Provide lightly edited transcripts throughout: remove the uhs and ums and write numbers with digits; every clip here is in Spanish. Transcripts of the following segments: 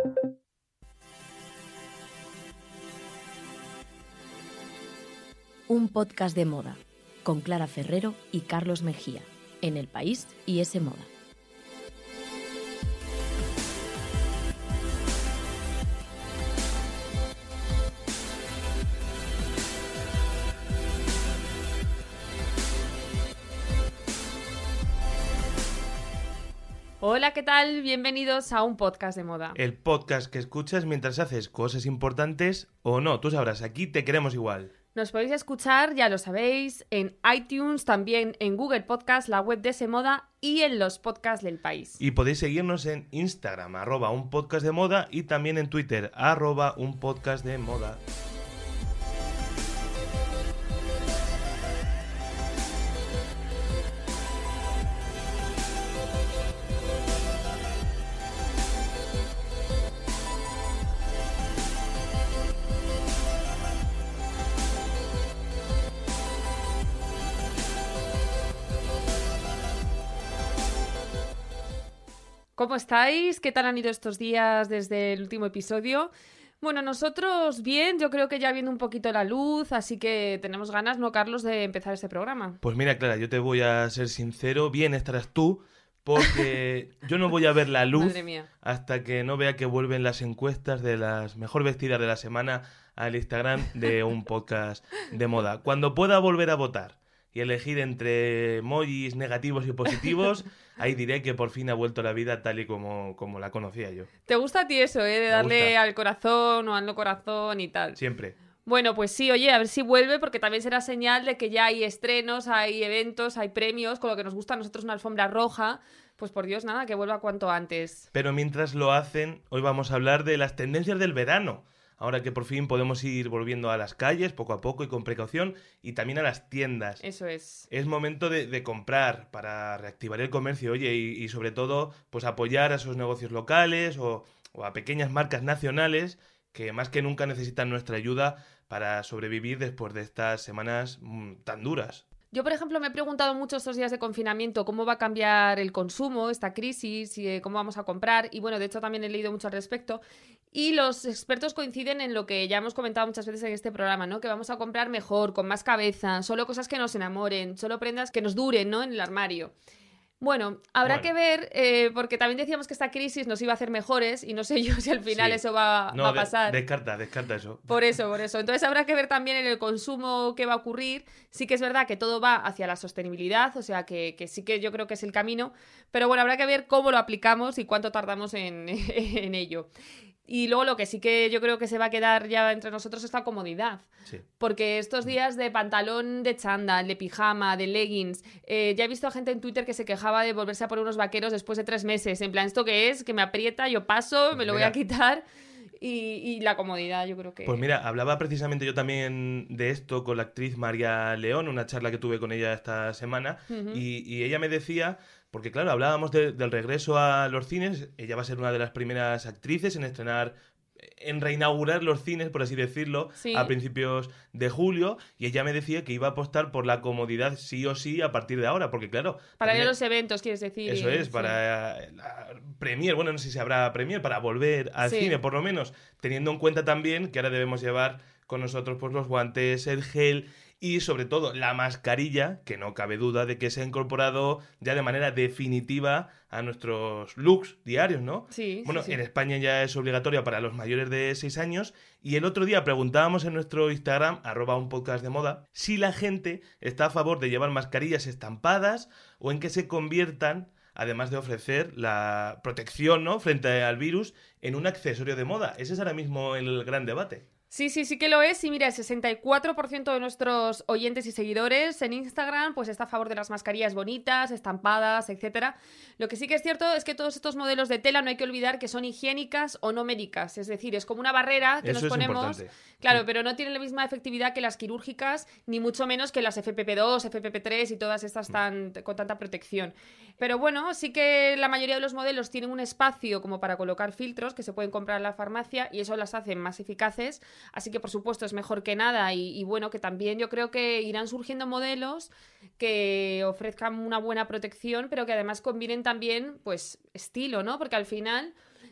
Un podcast de moda, con Clara Ferrero y Carlos Mejía, en El País y S Moda. Hola, ¿qué tal? Bienvenidos a un podcast de moda. El podcast que escuchas mientras haces cosas importantes o no, tú sabrás, aquí te queremos igual. Nos podéis escuchar, ya lo sabéis, en iTunes, también en Google Podcast, la web de S Moda y en los podcasts del país. Y podéis seguirnos en Instagram, @unpodcastdemoda, y también en Twitter, @unpodcastdemoda. ¿Cómo estáis? ¿Qué tal han ido estos días desde el último episodio? Bueno, nosotros bien, yo creo que ya viendo un poquito la luz, así que tenemos ganas, ¿no, Carlos, de empezar este programa? Pues mira, Clara, yo te voy a ser sincero, bien estarás tú, porque yo no voy a ver la luz Madre mía. hasta que no vea que vuelven las encuestas de las mejor vestidas de la semana al Instagram de un podcast de moda. Cuando pueda volver a votar y elegir entre emojis negativos y positivos, ahí diré que por fin ha vuelto la vida tal y como la conocía yo. ¿Te gusta a ti eso, de Me darle gusta. al corazón o al no corazón y tal? Siempre. Bueno, pues sí, oye, a ver si vuelve, porque también será señal de que ya hay estrenos, hay eventos, hay premios, con lo que nos gusta a nosotros una alfombra roja. Pues por Dios, nada, que vuelva cuanto antes. Pero mientras lo hacen, hoy vamos a hablar de las tendencias del verano. Ahora que por fin podemos ir volviendo a las calles poco a poco y con precaución, y también a las tiendas. Eso es. Es momento de comprar para reactivar el comercio, oye, y sobre todo, pues apoyar a esos negocios locales o a pequeñas marcas nacionales que más que nunca necesitan nuestra ayuda para sobrevivir después de estas semanas tan duras. Yo, por ejemplo, me he preguntado mucho estos días de confinamiento cómo va a cambiar el consumo, esta crisis, y cómo vamos a comprar. Y bueno, de hecho también he leído mucho al respecto. Y los expertos coinciden en lo que ya hemos comentado muchas veces en este programa, ¿no? Que vamos a comprar mejor, con más cabeza, solo cosas que nos enamoren, solo prendas que nos duren, ¿no? En el armario. Bueno, habrá que ver, porque también decíamos que esta crisis nos iba a hacer mejores y no sé yo si al final Sí. eso va a pasar. Descarta eso. Por eso. Entonces habrá que ver también en el consumo qué va a ocurrir. Sí que es verdad que todo va hacia la sostenibilidad, o sea que sí que yo creo que es el camino, pero bueno, habrá que ver cómo lo aplicamos y cuánto tardamos en ello. Y luego lo que sí que yo creo que se va a quedar ya entre nosotros es la comodidad. Sí. Porque estos días de pantalón de chándal, de pijama, de leggings, ya he visto a gente en Twitter que se quejaba de volverse a poner unos vaqueros después de 3 meses. En plan, ¿esto qué es? Que me aprieta, yo paso, Pues me lo voy mira. a quitar. Y la comodidad, yo creo que... Pues mira, hablaba precisamente yo también de esto con la actriz María León, una charla que tuve con ella esta semana, Ujú. y ella me decía, porque claro, hablábamos del regreso a los cines, ella va a ser una de las primeras actrices en reinaugurar los cines, por así decirlo, Sí. a principios de julio, y ella me decía que iba a apostar por la comodidad sí o sí a partir de ahora, porque claro... Para ir también- a los eventos, quieres decir. Eso es, sí. para la premier, bueno, no sé si habrá premier, para volver al Sí. cine, por lo menos, teniendo en cuenta también que ahora debemos llevar con nosotros pues los guantes, el gel y sobre todo la mascarilla, que no cabe duda de que se ha incorporado ya de manera definitiva a nuestros looks diarios, ¿no? Sí, Bueno, sí. en España ya es obligatoria para los mayores de 6 años, y el otro día preguntábamos en nuestro Instagram, @unpodcastdemoda, si la gente está a favor de llevar mascarillas estampadas o en que se conviertan, además de ofrecer la protección, ¿no?, frente al virus, en un accesorio de moda. Ese es ahora mismo el gran debate. Sí que lo es. Y mira, el 64% de nuestros oyentes y seguidores en Instagram pues está a favor de las mascarillas bonitas, estampadas, etcétera. Lo que sí que es cierto es que todos estos modelos de tela no hay que olvidar que son higiénicas o no médicas. Es decir, es como una barrera que Eso nos es ponemos... importante. Claro, Sí. pero no tienen la misma efectividad que las quirúrgicas, ni mucho menos que las FPP2, FPP3 y todas estas con tanta protección. Pero bueno, sí que la mayoría de los modelos tienen un espacio como para colocar filtros que se pueden comprar en la farmacia y eso las hace más eficaces. Así que, por supuesto, es mejor que nada y bueno, que también yo creo que irán surgiendo modelos que ofrezcan una buena protección, pero que además combinen también, pues, estilo, ¿no? Porque al final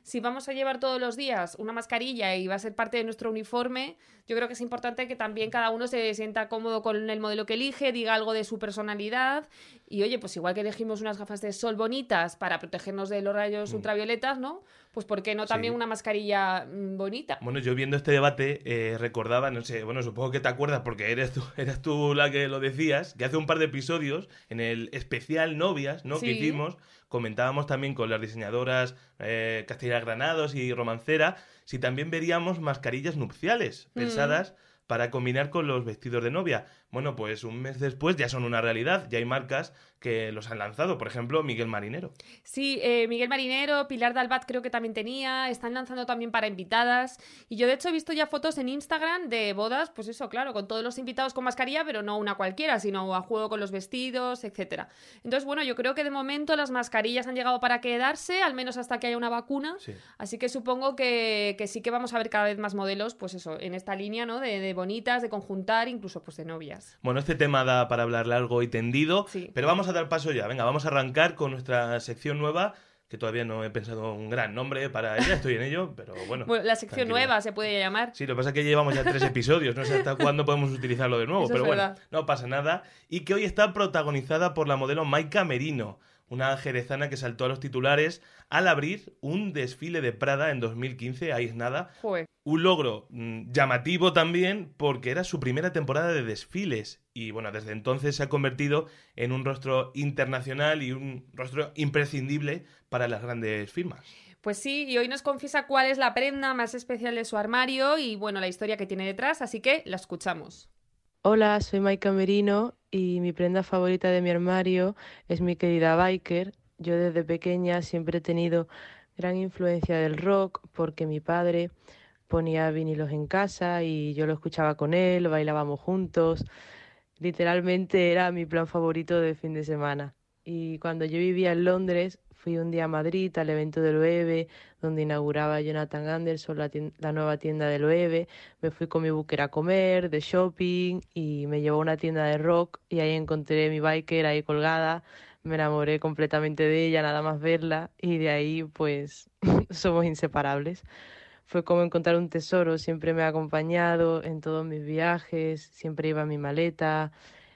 si vamos a llevar todos los días una mascarilla y va a ser parte de nuestro uniforme, yo creo que es importante que también cada uno se sienta cómodo con el modelo que elige, diga algo de su personalidad y, oye, pues igual que elegimos unas gafas de sol bonitas para protegernos de los rayos ultravioletas, ¿no? Pues ¿por qué no también una mascarilla bonita? Bueno, yo viendo este debate recordaba, no sé, bueno, supongo que te acuerdas porque eras tú la que lo decías, que hace un par de episodios en el especial Novias, ¿no? Sí. Que hicimos, comentábamos también con las diseñadoras Castilla Granados y Romancera si también veríamos mascarillas nupciales pensadas para combinar con los vestidos de novia. Bueno, pues un mes después ya son una realidad, ya hay marcas que los han lanzado, por ejemplo, Miguel Marinero. Sí, Miguel Marinero, Pilar Dalbat creo que también tenía, están lanzando también para invitadas y yo de hecho he visto ya fotos en Instagram de bodas, pues eso, claro, con todos los invitados con mascarilla, pero no una cualquiera, sino a juego con los vestidos, etcétera. Entonces, bueno, yo creo que de momento las mascarillas han llegado para quedarse, al menos hasta que haya una vacuna, Sí. así que supongo que sí que vamos a ver cada vez más modelos, pues eso, en esta línea, ¿no? De bonitas, de conjuntar, incluso pues de novias. Bueno, este tema da para hablar largo y tendido, Sí. pero vamos a dar paso ya. Venga, vamos a arrancar con nuestra sección nueva, que todavía no he pensado un gran nombre para ella, estoy en ello, pero bueno. Bueno, la sección tranquilidad. nueva se puede llamar. Sí, lo que pasa es que llevamos ya 3 episodios, no sé hasta cuándo podemos utilizarlo de nuevo, Eso pero es bueno, verdad. no pasa nada. Y que hoy está protagonizada por la modelo Maika Merino, una jerezana que saltó a los titulares al abrir un desfile de Prada en 2015, ahí es nada. Joder. Un logro llamativo también porque era su primera temporada de desfiles y bueno, desde entonces se ha convertido en un rostro internacional y un rostro imprescindible para las grandes firmas. Pues sí, y hoy nos confiesa cuál es la prenda más especial de su armario y, bueno, la historia que tiene detrás, así que la escuchamos. Hola, soy Maika Merino y mi prenda favorita de mi armario es mi querida biker. Yo desde pequeña siempre he tenido gran influencia del rock porque mi padre ponía vinilos en casa y yo lo escuchaba con él, bailábamos juntos. Literalmente era mi plan favorito de fin de semana. Y cuando yo vivía en Londres, fui un día a Madrid al evento del Loewe, donde inauguraba Jonathan Anderson la nueva tienda del Loewe. Me fui con mi booker a comer, de shopping, y me llevó a una tienda de rock y ahí encontré mi biker ahí colgada. Me enamoré completamente de ella, nada más verla, y de ahí pues somos inseparables. Fue como encontrar un tesoro, siempre me ha acompañado en todos mis viajes, siempre iba en mi maleta,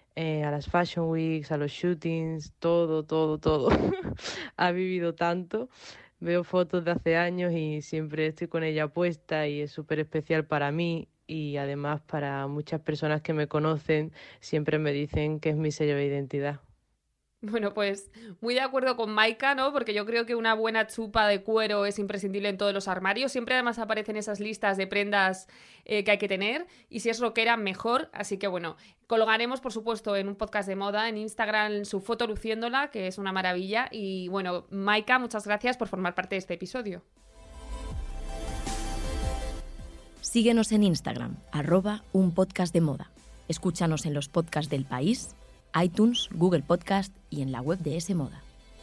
a las Fashion Weeks, a los shootings, todo, todo, todo. Ha vivido tanto, veo fotos de hace años y siempre estoy con ella puesta y es súper especial para mí y además para muchas personas que me conocen siempre me dicen que es mi sello de identidad. Bueno, pues muy de acuerdo con Maika, ¿no? Porque yo creo que una buena chupa de cuero es imprescindible en todos los armarios. Siempre además aparecen esas listas de prendas que hay que tener. Y si es rockera, mejor. Así que bueno, colgaremos, por supuesto, en un podcast de moda, en Instagram, su foto luciéndola, que es una maravilla. Y bueno, Maika, muchas gracias por formar parte de este episodio. Síguenos en Instagram, @unpodcastdemoda. Escúchanos en los podcasts del País, iTunes, Google Podcast y en la web de S Moda.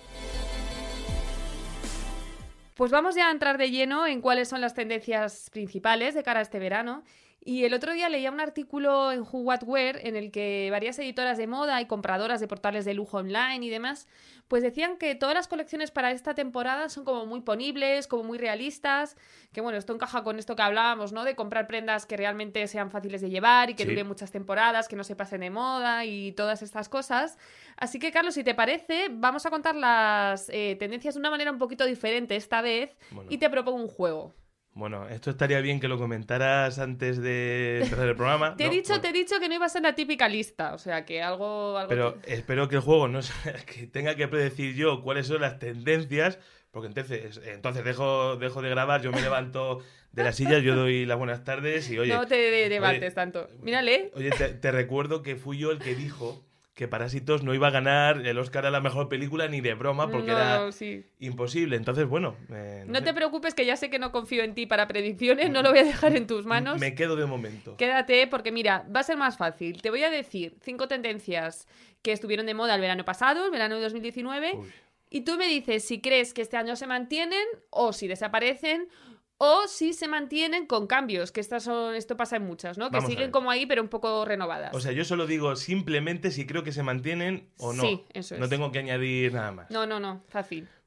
Pues vamos ya a entrar de lleno en cuáles son las tendencias principales de cara a este verano. Y el otro día leía un artículo en Who What Wear en el que varias editoras de moda y compradoras de portales de lujo online y demás, pues decían que todas las colecciones para esta temporada son como muy ponibles, como muy realistas, que bueno, esto encaja con esto que hablábamos, ¿no? De comprar prendas que realmente sean fáciles de llevar y que Sí. duren muchas temporadas, que no se pasen de moda y todas estas cosas. Así que, Carlos, si te parece, vamos a contar las tendencias de una manera un poquito diferente esta vez Bueno. y te propongo un juego. Bueno, esto estaría bien que lo comentaras antes de empezar el programa. Te he ¿no? dicho que no iba a ser la típica lista, o sea, que algo Pero espero que el juego no sea que tenga que predecir yo cuáles son las tendencias, porque entonces dejo de grabar, yo me levanto de la silla, yo doy las buenas tardes y oye... no te levantes tanto. Mírale. Oye, te recuerdo que fui yo el que dijo que Parásitos no iba a ganar el Oscar a la mejor película ni de broma porque era Sí. imposible. Entonces, bueno... No sé. te preocupes, que ya sé que no confío en ti para predicciones, no lo voy a dejar en tus manos. Me quedo de momento. Quédate, porque mira, va a ser más fácil. Te voy a decir 5 tendencias que estuvieron de moda el verano pasado, el verano de 2019, Uy. y tú me dices si crees que este año se mantienen o si desaparecen o si se mantienen con cambios, que esto pasa en muchas, ¿no? Que Vamos a siguen ver. como ahí, pero un poco renovadas. O sea, yo solo digo simplemente si creo que se mantienen o no. Sí, eso es. No tengo que añadir nada más. No, fácil.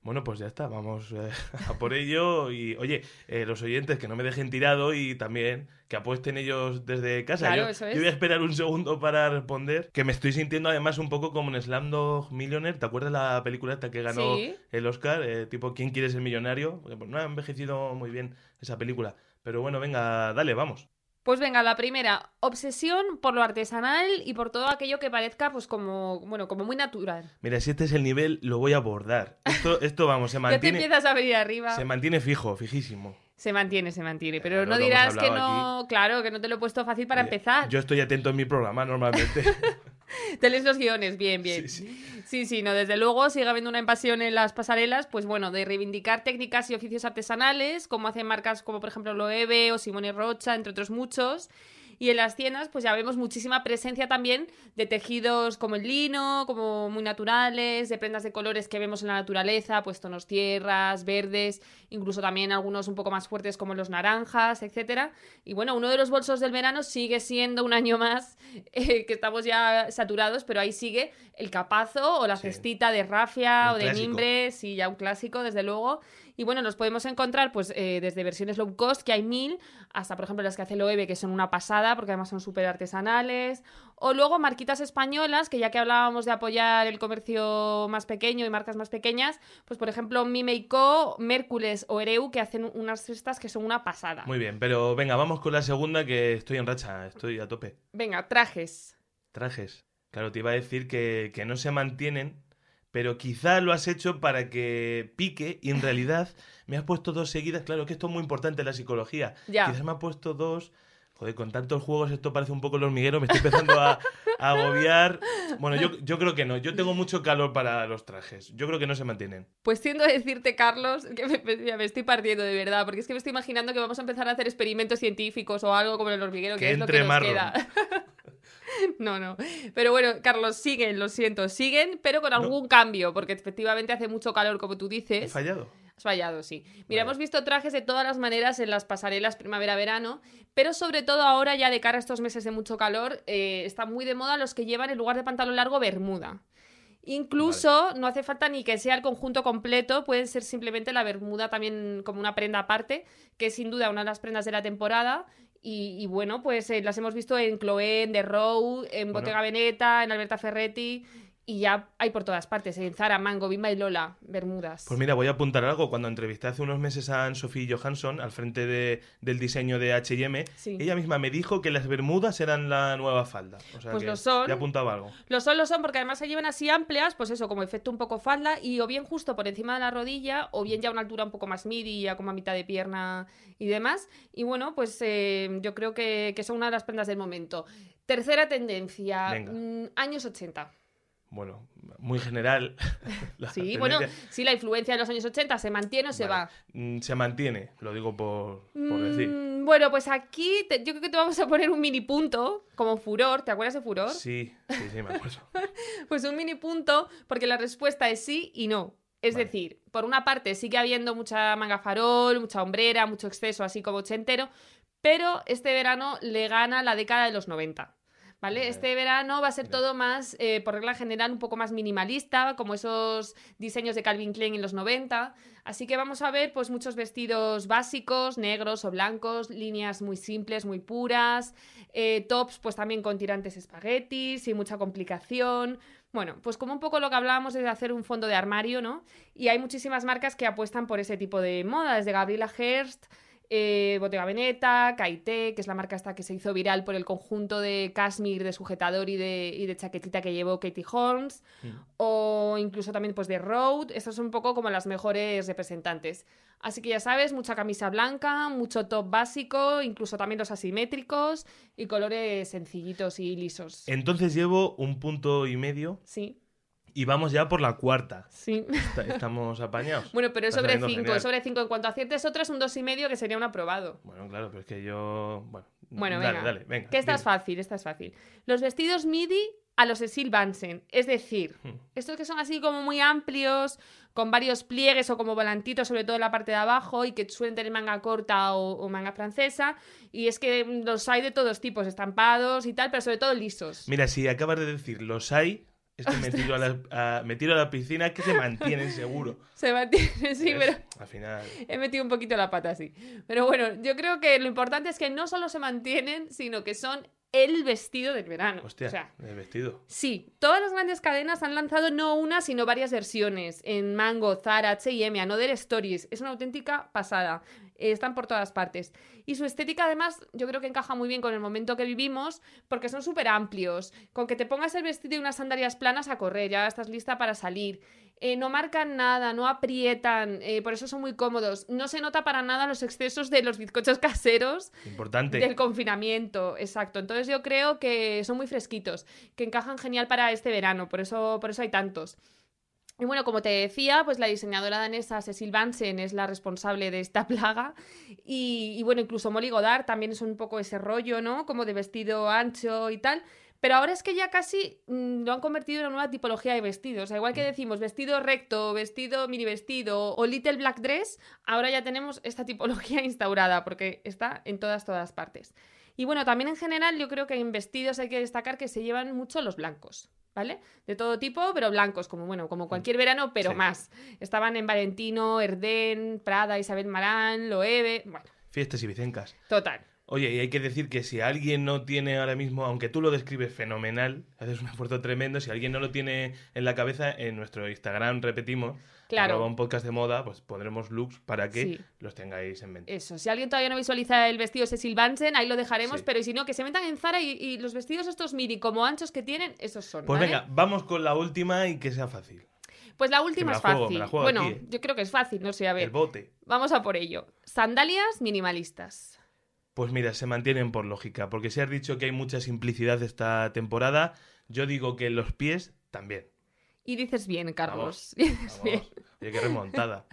Bueno, pues ya está, vamos a por ello. Y oye, los oyentes que no me dejen tirado y también que apuesten ellos desde casa. Claro, eso es. Yo voy a esperar un segundo para responder, que me estoy sintiendo además un poco como en Slumdog Millionaire. ¿Te acuerdas la película esta que ganó Sí. el Oscar? Tipo, ¿Quién quiere ser millonario? Porque, pues, no ha envejecido muy bien esa película. Pero bueno, venga, dale, vamos. Pues venga, la primera, obsesión por lo artesanal y por todo aquello que parezca pues como, bueno, como muy natural. Mira, si este es el nivel, lo voy a abordar. Esto vamos, se Ya te mantiene, empiezas a venir arriba. se mantiene fijísimo. Se mantiene, pero Claro, no lo dirás hemos que hablado no, claro, que no te lo he puesto fácil para Oye, empezar. Yo estoy atento en mi programa normalmente. Te lees los guiones, bien. Sí, no, desde luego sigue habiendo una invasión en las pasarelas, pues bueno, de reivindicar técnicas y oficios artesanales, como hacen marcas como por ejemplo Loewe o Simone Rocha, entre otros muchos. Y en las tiendas, pues ya vemos muchísima presencia también de tejidos como el lino, como muy naturales, de prendas de colores que vemos en la naturaleza, pues tonos tierras, verdes, incluso también algunos un poco más fuertes como los naranjas, etcétera. Y bueno, uno de los bolsos del verano sigue siendo un año más, que estamos ya saturados, pero ahí sigue el capazo o la cestita de rafia Un o de clásico. mimbre, sí, ya un clásico, desde luego. Y bueno, nos podemos encontrar pues desde versiones low cost, que hay 1000, hasta por ejemplo las que hace Loewe, que son una pasada, porque además son súper artesanales. O luego marquitas españolas, que ya que hablábamos de apoyar el comercio más pequeño y marcas más pequeñas, pues por ejemplo Mime y Co, Mércules o Ereu, que hacen unas cestas que son una pasada. Muy bien, pero venga, vamos con la segunda, que estoy en racha, estoy a tope. Venga, trajes. Trajes. Claro, te iba a decir que no se mantienen, pero quizá lo has hecho para que pique y en realidad me has puesto 2 seguidas. Claro, que esto es muy importante en la psicología. Ya. Quizás me has puesto 2. Joder, con tantos juegos esto parece un poco el hormiguero, me estoy empezando a agobiar. Bueno, yo creo que no. Yo tengo mucho calor para los trajes. Yo creo que no se mantienen. Pues tiendo a decirte, Carlos, que me estoy partiendo de verdad, porque es que me estoy imaginando que vamos a empezar a hacer experimentos científicos o algo como el hormiguero, que es lo que entre nos marrón. queda. No. Pero bueno, Carlos, siguen, lo siento, siguen, pero con algún cambio, porque efectivamente hace mucho calor, como tú dices. ¿He fallado? Has fallado, sí. Mira, Vale. hemos visto trajes de todas las maneras en las pasarelas primavera-verano, pero sobre todo ahora, ya de cara a estos meses de mucho calor, está muy de moda los que llevan en lugar de pantalón largo bermuda. Incluso no hace falta ni que sea el conjunto completo, puede ser simplemente la bermuda también como una prenda aparte, que es sin duda una de las prendas de la temporada. Y bueno, pues las hemos visto en Chloé, en The Row, en Bottega Veneta, en Alberta Ferretti, y ya hay por todas partes, en Zara, Mango, Bimba y Lola, bermudas. Pues mira, voy a apuntar algo. Cuando entrevisté hace unos meses a Anne-Sophie Johansson, al frente del diseño de H&M, Sí. ella misma me dijo que las bermudas eran la nueva falda. O sea Pues que lo son. ya apuntaba algo. Lo son, porque además se llevan así amplias, pues eso, como efecto un poco falda, y o bien justo por encima de la rodilla, o bien ya a una altura un poco más midi, ya como a mitad de pierna y demás. Y bueno, pues yo creo que son una de las prendas del momento. Tercera tendencia, Venga. años 80. Bueno, muy general. La Sí, tendencia. bueno, sí, la influencia de los años 80 se mantiene o se Vale. va. Se mantiene, lo digo por decir. Bueno, pues aquí yo creo que te vamos a poner un mini punto, como furor. ¿Te acuerdas de furor? Sí, me acuerdo. Pues un mini punto, porque la respuesta es sí y no. Es Vale. decir, por una parte sigue habiendo mucha manga farol, mucha hombrera, mucho exceso, así como ochentero, pero este verano le gana la década de los 90. ¿Vale? Vale. Este verano va a ser Vale. todo más, por regla general, un poco más minimalista, como esos diseños de Calvin Klein en los 90. Así que vamos a ver pues muchos vestidos básicos, negros o blancos, líneas muy simples, muy puras, tops pues también con tirantes espaguetis, sin mucha complicación. Bueno, pues como un poco lo que hablábamos de hacer un fondo de armario, ¿no? Y hay muchísimas marcas que apuestan por ese tipo de moda, desde Gabriela Hearst, Bottega Veneta, Kaité, que es la marca esta que se hizo viral por el conjunto de cashmere, de sujetador y de chaquetita que llevó Katie Holmes, o incluso también pues de Rode. Estas son un poco como las mejores representantes. Así que ya sabes, mucha camisa blanca, mucho top básico, incluso también los asimétricos y colores sencillitos y lisos. Entonces llevo 1,5 puntos Sí, y vamos ya por la cuarta. sí. Estamos apañados. Bueno, pero es Está sobre saliendo 5, genial. es sobre 5. En cuanto aciertes otras, un 2,5 que sería un aprobado. Bueno, claro, pero es que yo... Bueno, dale, venga. Que esta es dime. fácil, esta es fácil. Los vestidos midi a los Cecil Vansen. Es decir, estos que son así como muy amplios, con varios pliegues o como volantitos, sobre todo en la parte de abajo, y que suelen tener manga corta o manga francesa. Y es que los hay de todos tipos, estampados y tal, pero sobre todo lisos. Mira, si acabas de decir los hay, Es que me tiro a la piscina, es que se mantienen seguro. Se mantiene, sí, pero Al final... he metido un poquito la pata, sí. Pero bueno, yo creo que lo importante es que no solo se mantienen, sino que son el vestido del verano. Hostia, O sea, el vestido. sí, todas las grandes cadenas han lanzado no una, sino varias versiones. En Mango, Zara, H&M, Another Stories. Es una auténtica pasada. Están por todas partes. Y su estética, además, yo creo que encaja muy bien con el momento que vivimos, porque son súper amplios. Con que te pongas el vestido y unas sandalias planas a correr, ya estás lista para salir. No marcan nada, no aprietan, por eso son muy cómodos. No se nota para nada los excesos de los bizcochos caseros Importante. del confinamiento, exacto. Entonces yo creo que son muy fresquitos, que encajan genial para este verano, por eso hay tantos. Y bueno, como te decía, pues la diseñadora danesa Cecil Vansen es la responsable de esta plaga y bueno, incluso Molly Goddard también es un poco ese rollo, ¿no? Como de vestido ancho y tal. Pero ahora es que ya casi lo han convertido en una nueva tipología de vestidos. O sea, igual que decimos vestido recto, vestido mini vestido o little black dress, ahora ya tenemos esta tipología instaurada porque está en todas partes. Y bueno, también en general yo creo que en vestidos hay que destacar que se llevan mucho los blancos, ¿vale? De todo tipo, pero blancos, como cualquier verano, pero Sí. más. Estaban en Valentino, Erdén, Prada, Isabel Marant, Loewe, bueno, Fiestas y vicencas. total. Oye, y hay que decir que si alguien no tiene ahora mismo, aunque tú lo describes fenomenal, haces un esfuerzo tremendo, si alguien no lo tiene en la cabeza, en nuestro Instagram, repetimos, Claro. @ un podcast de moda, pues pondremos looks para que Sí. los tengáis en mente. Eso, si alguien todavía no visualiza el vestido Cecil Vansen, ahí lo dejaremos, Sí. pero si no, que se metan en Zara y los vestidos estos midi como anchos que tienen, esos son, Pues ¿vale? venga, vamos con la última y que sea fácil. Pues la Que última me es la juego, fácil. me la juego Bueno, aquí, ¿eh? yo creo que es fácil, no sé, a ver. El bote. Vamos a por ello. Sandalias minimalistas. Pues mira, se mantienen por lógica, porque si has dicho que hay mucha simplicidad esta temporada, yo digo que en los pies también. Y dices bien, Carlos. Vamos, Dices bien. Vamos, oye, qué remontada.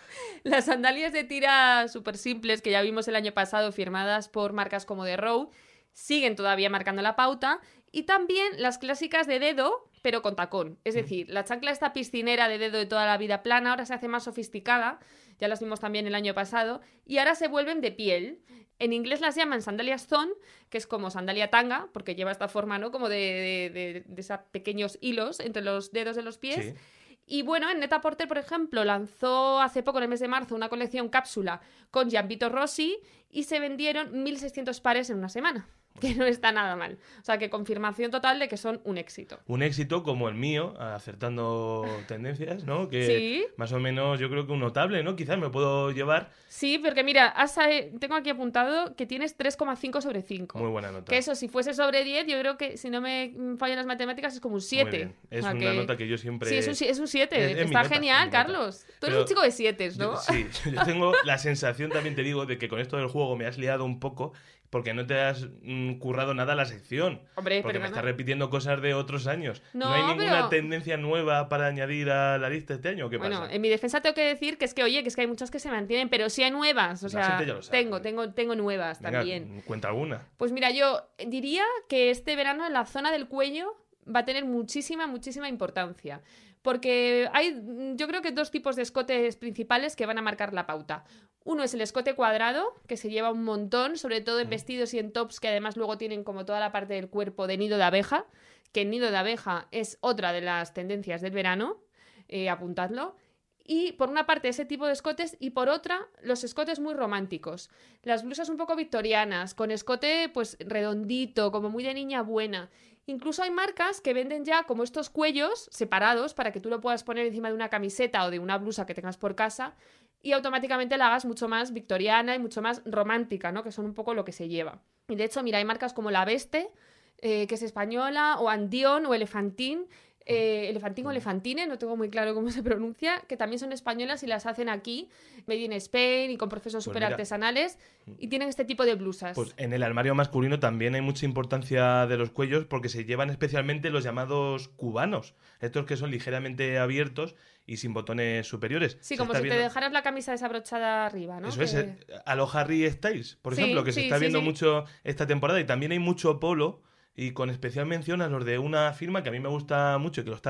Las sandalias de tira súper simples que ya vimos el año pasado firmadas por marcas como The Row siguen todavía marcando la pauta y también las clásicas de dedo pero con tacón. Es decir, la chancla esta piscinera de dedo de toda la vida plana ahora se hace más sofisticada, ya las vimos también el año pasado, y ahora se vuelven de piel. En inglés las llaman sandalias thon, que es como sandalia tanga, porque lleva esta forma, ¿no? Como de esos pequeños hilos entre los dedos de los pies. Sí. Y bueno, en Net-a-Porter, por ejemplo, lanzó hace poco, en el mes de marzo, una colección cápsula con Gianvito Rossi y se vendieron 1.600 pares en una semana, que no está nada mal. O sea, que confirmación total de que son un éxito. Un éxito como el mío, acertando tendencias, ¿no? Que Sí. más o menos yo creo que un notable, ¿no? Quizás me puedo llevar. Sí, porque mira, tengo aquí apuntado que tienes 3,5 sobre 5. Muy buena nota. Que eso, si fuese sobre 10, yo creo que si no me fallan las matemáticas es como un 7. Muy bien. Es O sea una que... nota que yo siempre... Sí, es un 7. Es mi Está nota, genial, es mi nota. Carlos. Tú eres Pero un chico de 7, ¿no? Sí, yo tengo la sensación, también te digo, de que con esto del juego me has liado un poco porque no te has currado nada la sección. Hombre, Porque pero me no. estás repitiendo cosas de otros años. No, hay ninguna pero- tendencia nueva para añadir a la lista este año. ¿Qué Bueno, pasa? en mi defensa tengo que decir que es que, oye, que es que hay muchas que se mantienen, pero sí hay nuevas. O La sea, gente ya lo sabe. tengo nuevas Venga, también. cuenta alguna. Pues mira, yo diría que este verano en la zona del cuello va a tener muchísima importancia. Porque hay, yo creo que 2 tipos de escotes principales que van a marcar la pauta. Uno es el escote cuadrado, que se lleva un montón, sobre todo en vestidos y en tops, que además luego tienen como toda la parte del cuerpo de nido de abeja, que el nido de abeja es otra de las tendencias del verano, apuntadlo. Y por una parte ese tipo de escotes y por otra los escotes muy románticos. Las blusas un poco victorianas, con escote pues redondito, como muy de niña buena. Incluso hay marcas que venden ya como estos cuellos separados para que tú lo puedas poner encima de una camiseta o de una blusa que tengas por casa y automáticamente la hagas mucho más victoriana y mucho más romántica, ¿no? Que son un poco lo que se lleva. Y de hecho, mira, hay marcas como La Veste, que es española, o Andión o Elefantín, Elefantín o Elefantine, no tengo muy claro cómo se pronuncia, que también son españolas y las hacen aquí, made in Spain y con procesos Pues súper mira. artesanales, y tienen este tipo de blusas. Pues en el armario masculino también hay mucha importancia de los cuellos porque se llevan especialmente los llamados cubanos. Estos que son ligeramente abiertos y sin botones superiores. Sí, Se como está si te viendo- dejaras la camisa desabrochada arriba, ¿no? Eso es, Que- a lo Harry Styles, por Sí, ejemplo, que se sí, está sí, viendo sí. mucho esta temporada y también hay mucho polo y con especial mención a los de una firma que a mí me gusta mucho y que lo está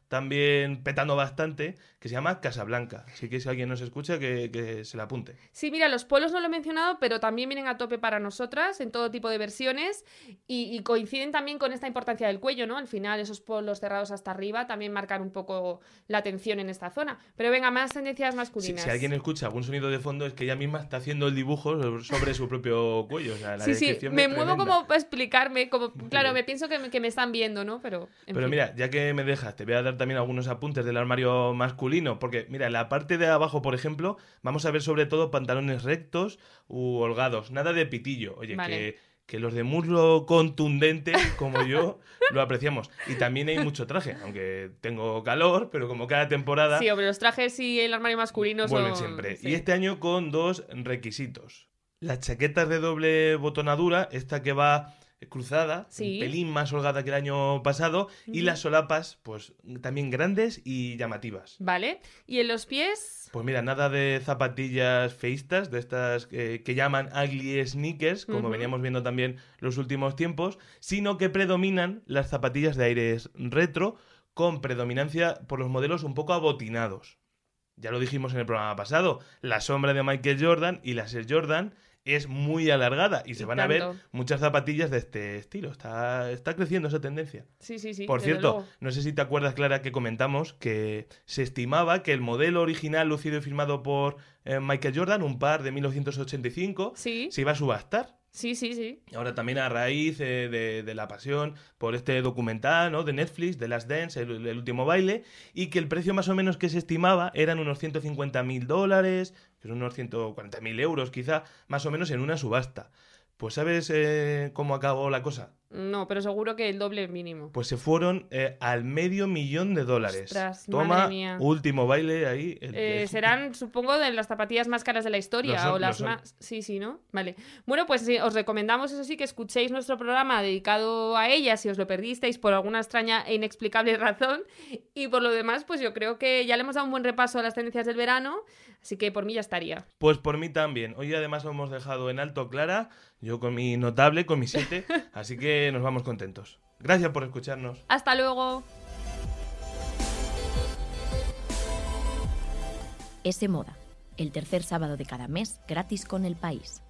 también petando bastante, que se llama Casablanca. Así que si alguien nos escucha, que se la apunte. Sí, mira, los polos no lo he mencionado, pero también vienen a tope para nosotras en todo tipo de versiones y coinciden también con esta importancia del cuello, ¿no? Al final esos polos cerrados hasta arriba también marcan un poco la atención en esta zona. Pero venga, más tendencias masculinas. Si alguien escucha algún sonido de fondo, es que ella misma está haciendo el dibujo sobre su propio cuello. O sea, la descripción me es muevo tremenda. como para explicarme, como Muy claro, bien. me pienso que me están viendo, ¿no? Pero fin. Mira, ya que me dejas, te voy a dar también algunos apuntes del armario masculino, porque mira, en la parte de abajo, por ejemplo, vamos a ver sobre todo pantalones rectos u holgados, nada de pitillo. Oye, Vale. que los de muslo contundente, como yo, lo apreciamos. Y también hay mucho traje, aunque tengo calor, pero como cada temporada Sí, hombre, los trajes y el armario masculino vuelven son... siempre. sí. Y este año con 2 requisitos. Las chaquetas de doble botonadura, esta que va cruzada, Sí. un pelín más holgada que el año pasado, y Ujú. las solapas, pues también grandes y llamativas. Vale. ¿Y en los pies? Pues mira, nada de zapatillas feistas, de estas que llaman ugly sneakers, como Ujú. veníamos viendo también los últimos tiempos, sino que predominan las zapatillas de aires retro, con predominancia por los modelos un poco abotinados. Ya lo dijimos en el programa pasado, la sombra de Michael Jordan y las Air Jordan es muy alargada y se Y van a ver tanto. muchas zapatillas de este estilo. Está creciendo esa tendencia. Sí, sí, sí. Por desde cierto, luego. no sé si te acuerdas, Clara, que comentamos que se estimaba que el modelo original lucido y firmado por Michael Jordan, un par de 1985, Sí, se iba a subastar. sí, sí, sí. Ahora también a raíz de la pasión por este documental, ¿no?, de Netflix, The Last Dance, el último baile, y que el precio más o menos que se estimaba eran unos $150.000, que son unos 140.000 euros quizá, más o menos en una subasta. Pues ¿sabes cómo acabó la cosa? No, pero seguro que el doble mínimo. Pues se fueron al $500.000. Ostras, Toma, madre mía. último baile ahí. Serán, supongo, de las zapatillas más caras de la historia Lo son, o lo las son. más... Sí, sí, ¿no? Vale. Bueno, pues sí, os recomendamos, eso sí, que escuchéis nuestro programa dedicado a ellas si os lo perdisteis por alguna extraña e inexplicable razón. Y por lo demás, pues yo creo que ya le hemos dado un buen repaso a las tendencias del verano, así que por mí ya estaría. Pues por mí también. Hoy además lo hemos dejado en alto, Clara. Yo con mi notable, con mi 7. Así que nos vamos contentos. Gracias por escucharnos. ¡Hasta luego! Ese Moda, el tercer sábado de cada mes gratis con El País.